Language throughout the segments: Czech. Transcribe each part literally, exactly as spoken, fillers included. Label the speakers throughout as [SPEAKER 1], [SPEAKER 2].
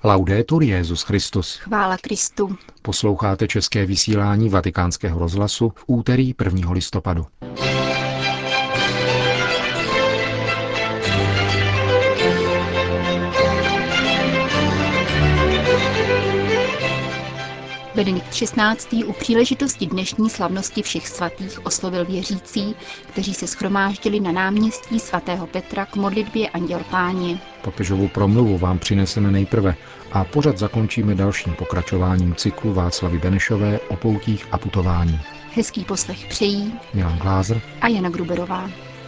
[SPEAKER 1] Laudetur Jesus Christus.
[SPEAKER 2] Chvála Kristu.
[SPEAKER 1] Posloucháte české vysílání Vatikánského rozhlasu v úterý prvního listopadu.
[SPEAKER 2] Benedikt šestnáctý. u příležitosti dnešní slavnosti všech svatých oslovil věřící, kteří se shromáždili na náměstí svatého Petra k modlitbě Anděl Páně.
[SPEAKER 1] Papežovu promluvu vám přineseme nejprve a pořad zakončíme dalším pokračováním cyklu Václavy Benešové o poutích a putování.
[SPEAKER 2] Hezký poslech přejí
[SPEAKER 1] Milan Glázer
[SPEAKER 2] a Jana Gruberová.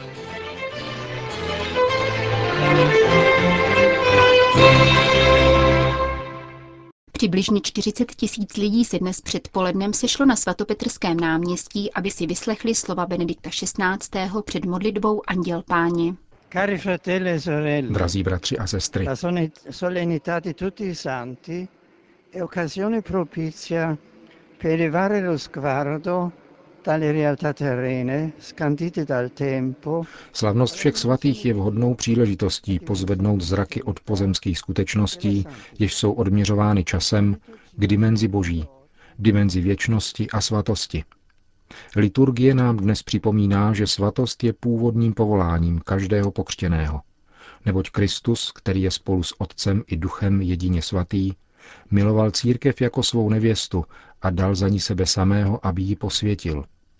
[SPEAKER 2] Přibližně čtyřicet tisíc lidí se dnes předpolednem sešlo na svatopetrském náměstí, aby si vyslechli slova Benedikta šestnáctého. před modlitbou Anděl Páně.
[SPEAKER 3] Cari fratelli e sorelle,
[SPEAKER 1] Drazí bratři a sestry,
[SPEAKER 3] la solennità di tutti i santi è occasione propizia per elevare lo sguardo dalle realtà terrene, scandite dal tempo.
[SPEAKER 1] slavnost všech svatých je vhodnou příležitostí pozvednout zraky od pozemských skutečností, jež jsou odměřovány časem, k dimenzi boží, dimenzi věčnosti a svatosti. Liturgie nám dnes připomíná, že svatost je původním povoláním každého pokřtěného. Neboť Kristus, který je spolu s Otcem i Duchem jedině svatý, miloval církev jako svou nevěstu a dal za ní sebe samého, aby ji posvětil.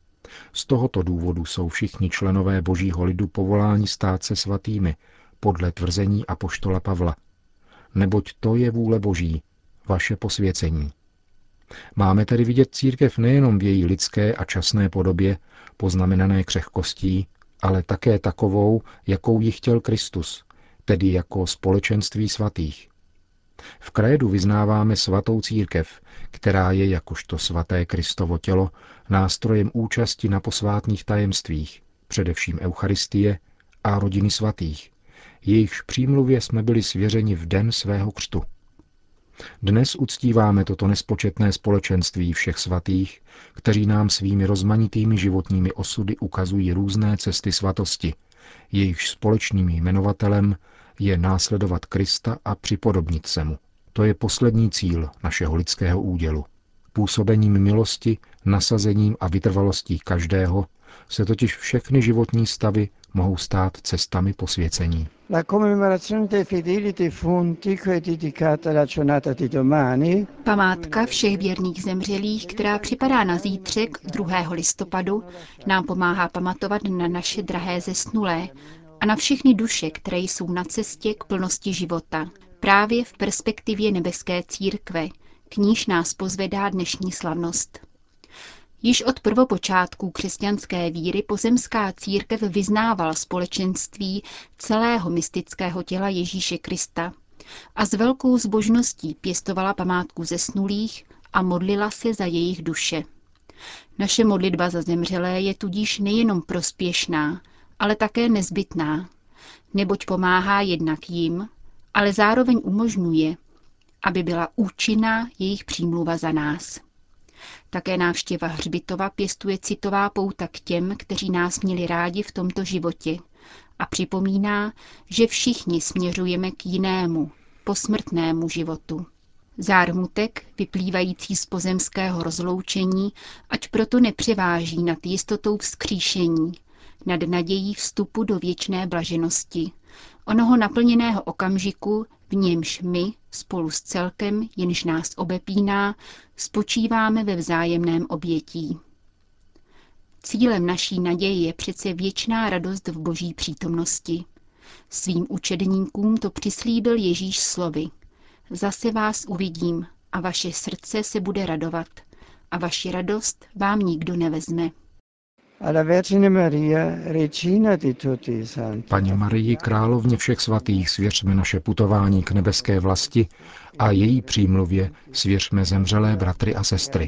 [SPEAKER 1] Z tohoto důvodu jsou všichni členové božího lidu povoláni stát se svatými, podle tvrzení apoštola Pavla. Neboť to je vůle boží, vaše posvěcení. Máme tedy vidět církev nejenom v její lidské a časné podobě, poznamenané křehkostí, ale také takovou, jakou ji chtěl Kristus, tedy jako společenství svatých. V krédu vyznáváme svatou církev, která je jakožto svaté Kristovo tělo nástrojem účasti na posvátných tajemstvích, především Eucharistie a rodiny svatých, jejichž přímluvě jsme byli svěřeni v den svého křtu. Dnes uctíváme toto nespočetné společenství všech svatých, kteří nám svými rozmanitými životními osudy ukazují různé cesty svatosti, jejichž společným jmenovatelem je následovat Krista a připodobnit se mu. To je poslední cíl našeho lidského údělu. Působením milosti, nasazením a vytrvalostí každého se totiž všechny životní stavy mohou stát cestami posvěcení.
[SPEAKER 3] La commemorazione dei fedeli defunti, che è dedicata alla giornata di domani,
[SPEAKER 2] Památka všech věrných zemřelých, která připadá na zítřek druhého listopadu, nám pomáhá pamatovat na naše drahé zesnulé a na všechny duše, které jsou na cestě k plnosti života, právě v perspektivě nebeské církve, k níž nás pozvedá dnešní slavnost. Již od prvopočátků křesťanské víry pozemská církev vyznávala společenství celého mystického těla Ježíše Krista a s velkou zbožností pěstovala památku zesnulých a modlila se za jejich duše. Naše modlitba za zemřelé je tudíž nejenom prospěšná, ale také nezbytná, neboť pomáhá jednak jim, ale zároveň umožňuje, aby byla účinná jejich přímluva za nás. Také návštěva hřbitova pěstuje citová pouta k těm, kteří nás měli rádi v tomto životě a připomíná, že všichni směřujeme k jinému, posmrtnému životu. Zármutek, vyplývající z pozemského rozloučení, ať proto nepřeváží nad jistotou vzkříšení, nad nadějí vstupu do věčné blaženosti, onoho naplněného okamžiku, v němž my, spolu s celkem, jenž nás obepíná, spočíváme ve vzájemném obětí. Cílem naší naděje je přece věčná radost v boží přítomnosti. Svým učedníkům to přislíbil Ježíš slovy. Zase vás uvidím a vaše srdce se bude radovat a vaši radost vám nikdo nevezme.
[SPEAKER 1] Paně Marii, královně všech svatých, svěřme naše putování k nebeské vlasti a její přímluvě svěřme zemřelé bratry a sestry.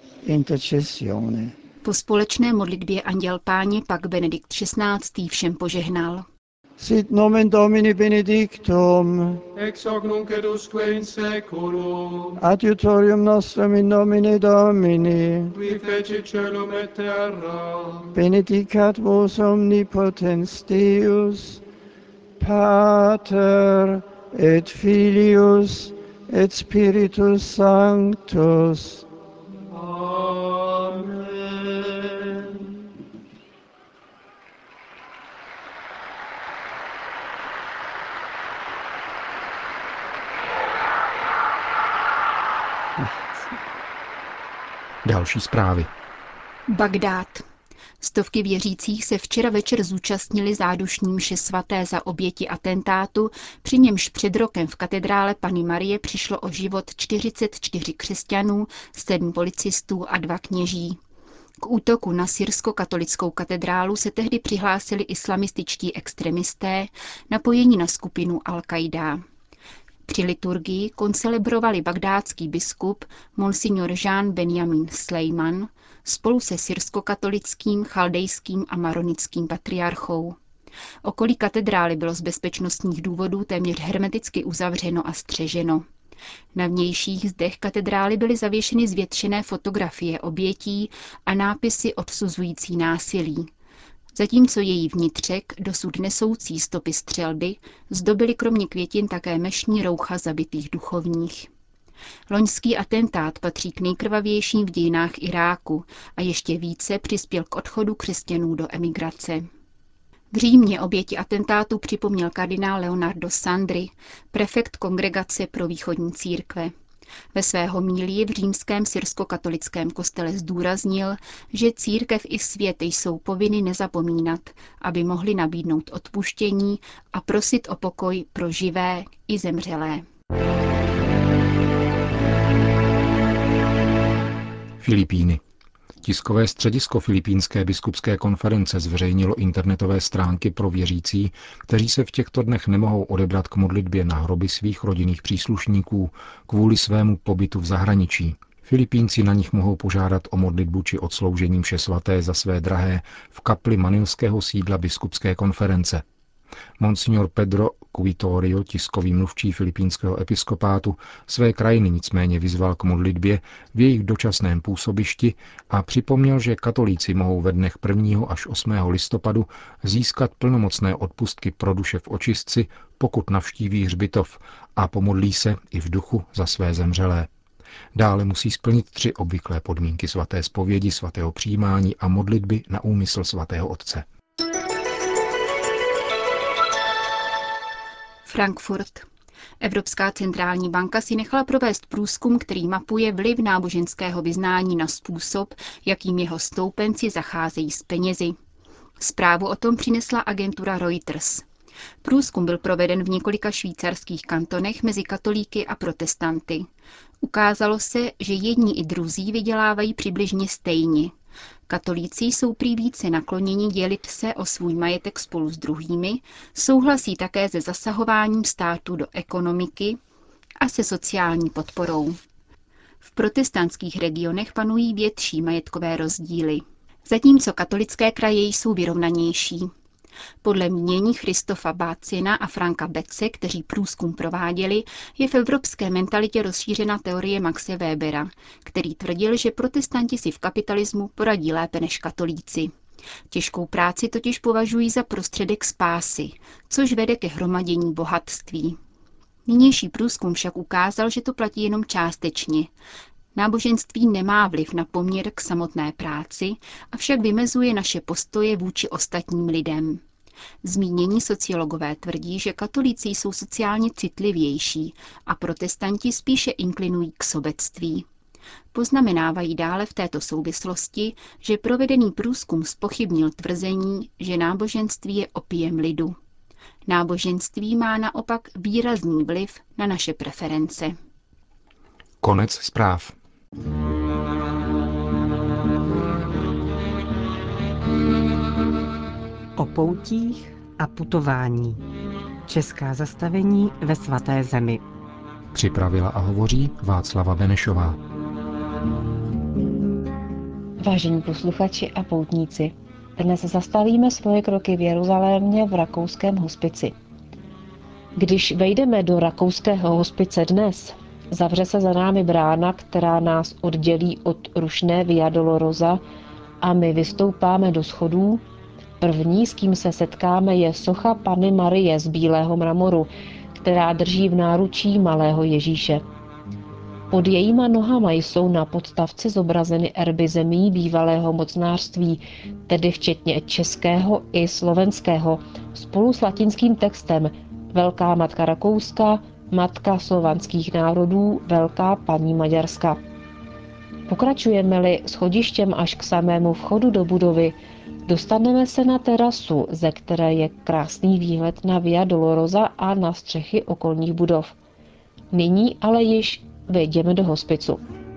[SPEAKER 2] Po společné modlitbě Anděl Páně pak Benedikt šestnáctý. všem požehnal.
[SPEAKER 3] Sit nomen Domini benedictum,
[SPEAKER 4] ex hoc nunc et usque in seculum,
[SPEAKER 3] adiutorium nostrum in nomine Domini,
[SPEAKER 4] qui fecit caelum et terra,
[SPEAKER 3] benedicat vos omnipotens Deus, Pater et Filius et Spiritus Sanctus.
[SPEAKER 4] Amen.
[SPEAKER 1] Další zprávy.
[SPEAKER 2] Bagdád. Stovky věřících se včera večer zúčastnili zádušní mše svaté za oběti atentátu, při němž před rokem v katedrále Panny Marie přišlo o život čtyřicet čtyři křesťanů, sedm policistů a dva kněží. K útoku na syrsko-katolickou katedrálu se tehdy přihlásili islamističtí extremisté, napojení na skupinu Al-Qaida. Při liturgii koncelebrovali bagdátský biskup Monsignor Jean Benjamin Sleiman spolu se syrsko-katolickým, chaldejským a maronickým patriarchou. Okolí katedrály bylo z bezpečnostních důvodů téměř hermeticky uzavřeno a střeženo. Na vnějších zdech katedrály byly zavěšeny zvětšené fotografie obětí a nápisy odsuzující násilí. Zatímco její vnitřek, dosud nesoucí stopy střelby, zdobily kromě květin také mešní roucha zabitých duchovních. Loňský atentát patří k nejkrvavějším v dějinách Iráku a ještě více přispěl k odchodu křesťanů do emigrace. V Římě oběti atentátu připomněl kardinál Leonardo Sandri, prefekt Kongregace pro východní církve. Ve své homílii v římském syrsko-katolickém kostele zdůraznil, že církev i svět jsou povinny nezapomínat, aby mohli nabídnout odpuštění a prosit o pokoj pro živé i zemřelé.
[SPEAKER 1] Filipíny. Tiskové středisko Filipínské biskupské konference zveřejnilo internetové stránky pro věřící, kteří se v těchto dnech nemohou odebrat k modlitbě na hroby svých rodinných příslušníků kvůli svému pobytu v zahraničí. Filipínci na nich mohou požádat o modlitbu či odsloužení mše svaté za své drahé v kapli manilského sídla biskupské konference. Monsignor Pedro Quitorio, tiskový mluvčí filipínského episkopátu, své krajiny nicméně vyzval k modlitbě v jejich dočasném působišti a připomněl, že katolíci mohou ve dnech prvního až osmého listopadu získat plnomocné odpustky pro duše v očistci, pokud navštíví hřbitov a pomodlí se i v duchu za své zemřelé. Dále musí splnit tři obvyklé podmínky svaté zpovědi, svatého přijímání a modlitby na úmysl svatého otce.
[SPEAKER 2] Frankfurt. Evropská centrální banka si nechala provést průzkum, který mapuje vliv náboženského vyznání na způsob, jakým jeho stoupenci zacházejí s penězi. Zprávu o tom přinesla agentura Reuters. Průzkum byl proveden v několika švýcarských kantonech mezi katolíky a protestanty. Ukázalo se, že jedni i druzí vydělávají přibližně stejně. Katolíci jsou prý více nakloněni dělit se o svůj majetek spolu s druhými, souhlasí také se zasahováním státu do ekonomiky a se sociální podporou. V protestantských regionech panují větší majetkové rozdíly, zatímco katolické kraje jsou vyrovnanější. Podle mínění Christofa Bácina a Franka Betze, kteří průzkum prováděli, je v evropské mentalitě rozšířena teorie Maxe Webera, který tvrdil, že protestanti si v kapitalismu poradí lépe než katolíci. Těžkou práci totiž považují za prostředek spásy, což vede ke hromadění bohatství. Nynější průzkum však ukázal, že to platí jenom částečně. Náboženství nemá vliv na poměr k samotné práci, avšak vymezuje naše postoje vůči ostatním lidem. Zmínění sociologové tvrdí, že katolíci jsou sociálně citlivější a protestanti spíše inklinují k sobectví. Poznamenávají dále v této souvislosti, že provedený průzkum zpochybnil tvrzení, že náboženství je opiem lidu. Náboženství má naopak výrazný vliv na naše preference.
[SPEAKER 1] Konec zpráv.
[SPEAKER 5] O poutích a putování. Česká zastavení ve svaté zemi.
[SPEAKER 1] Připravila a hovoří Václava Benešová.
[SPEAKER 6] Vážení posluchači a poutníci, dnes zastavíme svoje kroky v Jeruzalémě v rakouském hospici. Když vejdeme do rakouského hospice dnes, zavře se za námi brána, která nás oddělí od rušné Via Dolorosa a my vystoupáme do schodů. První, s kým se setkáme, je socha Panny Marie z bílého mramoru, která drží v náručí malého Ježíše. Pod jejíma nohama jsou na podstavci zobrazeny erby zemí bývalého mocnářství, tedy včetně českého i slovenského, spolu s latinským textem Velká matka Rakouska, matka slovanských národů, Velká paní Maďarska. Pokračujeme-li schodištěm až k samému vchodu do budovy, dostaneme se na terasu, ze které je krásný výhled na Via Dolorosa a na střechy okolních budov. Nyní ale již vejdeme do hospicu.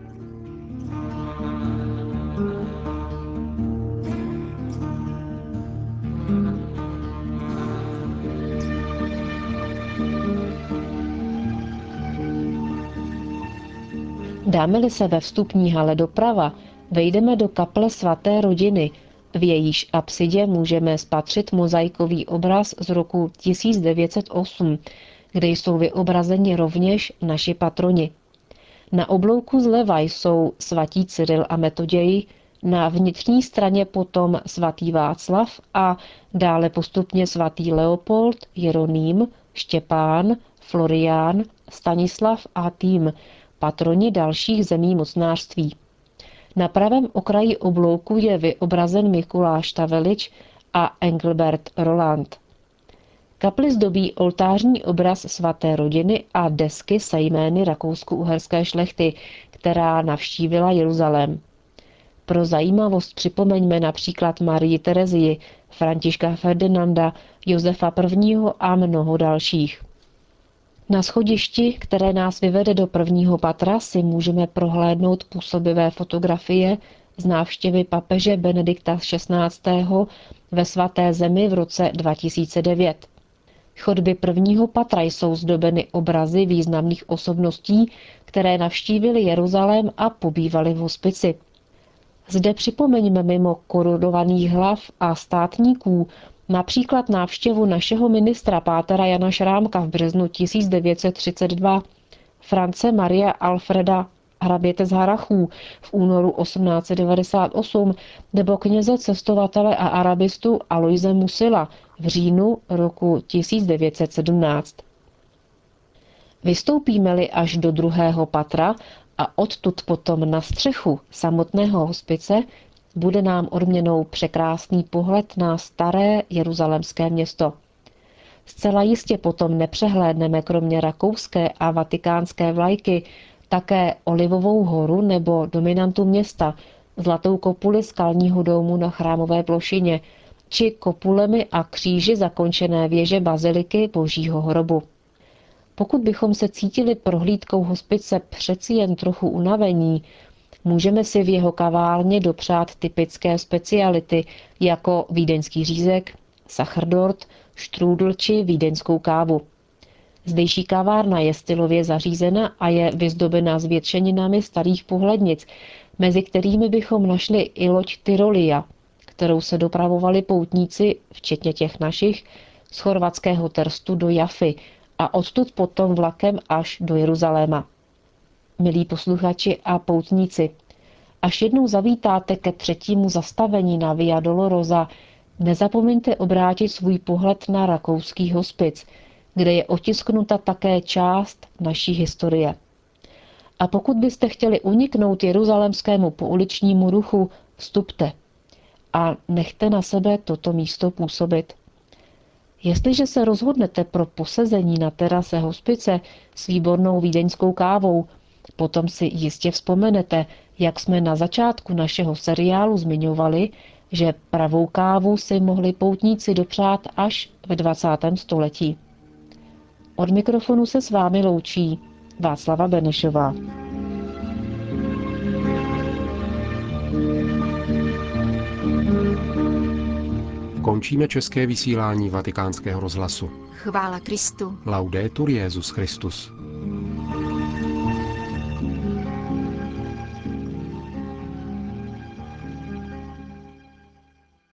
[SPEAKER 6] Dáme-li se ve vstupní hale doprava, vejdeme do kaple svaté rodiny. V jejíž apsidě můžeme spatřit mozaikový obraz z roku tisíc devět set osm, kde jsou vyobrazeni rovněž naši patroni. Na oblouku zleva jsou svatí Cyril a Metoděj, na vnitřní straně potom svatý Václav a dále postupně svatý Leopold, Jeroným, Štěpán, Florián, Stanislav a Tým, patroni dalších zemí mocnářství. Na pravém okraji oblouku je vyobrazen Mikuláš Tavelič a Engelbert Roland. Kapli zdobí oltářní obraz svaté rodiny a desky se jmény rakousko-uherské šlechty, která navštívila Jeruzalém. Pro zajímavost připomeňme například Marii Terezii, Františka Ferdinanda, Josefa I. a mnoho dalších. Na schodišti, které nás vyvede do prvního patra, si můžeme prohlédnout působivé fotografie z návštěvy papeže Benedikta šestnáctého ve Svaté zemi v roce dva tisíce devět. Chodby prvního patra jsou zdobeny obrazy významných osobností, které navštívily Jeruzalém a pobývaly v hospici. Zde připomeňme mimo korunovaných hlav a státníků například návštěvu našeho ministra pátera Jana Šrámka v březnu tisíc devět set třicet dva, France Maria Alfreda hraběte z Harrachů v únoru osmnáct set devadesát osm nebo kněze cestovatele a arabistu Aloise Musila v říjnu roku tisíc devět set sedmnáct. Vystoupíme-li až do druhého patra a odtud potom na střechu samotného hospice, bude nám odměnou překrásný pohled na staré jeruzalémské město. Zcela jistě potom nepřehlédneme kromě rakouské a vatikánské vlajky také Olivovou horu nebo dominantu města, zlatou kopuli skalního domu na Chrámové plošině, či kopulemi a kříži zakončené věže baziliky Božího hrobu. Pokud bychom se cítili prohlídkou hospice přeci jen trochu unavení, můžeme si v jeho kavárně dopřát typické speciality jako vídeňský řízek, sachrdort, štrůdl či vídeňskou kávu. Zdejší kavárna je stylově zařízena a je vyzdobena zvětšeninami starých pohlednic, mezi kterými bychom našli i loď Tyrolia, kterou se dopravovali poutníci, včetně těch našich, z chorvatského Terstu do Jafy a odtud potom vlakem až do Jeruzaléma. Milí posluchači a poutníci, až jednou zavítáte ke třetímu zastavení na Via Dolorosa, nezapomeňte obrátit svůj pohled na rakouský hospic, kde je otisknuta také část naší historie. A pokud byste chtěli uniknout jeruzalémskému pouličnímu ruchu, vstupte a nechte na sebe toto místo působit. Jestliže se rozhodnete pro posezení na terase hospice s výbornou vídeňskou kávou, potom si jistě vzpomenete, jak jsme na začátku našeho seriálu zmiňovali, že pravou kávu si mohli poutníci dopřát až ve dvacátém století. Od mikrofonu se s vámi loučí Václava Benešová.
[SPEAKER 7] Končíme české vysílání Vatikánského rozhlasu.
[SPEAKER 2] Chvála Kristu.
[SPEAKER 7] Laudetur Jesus Christus.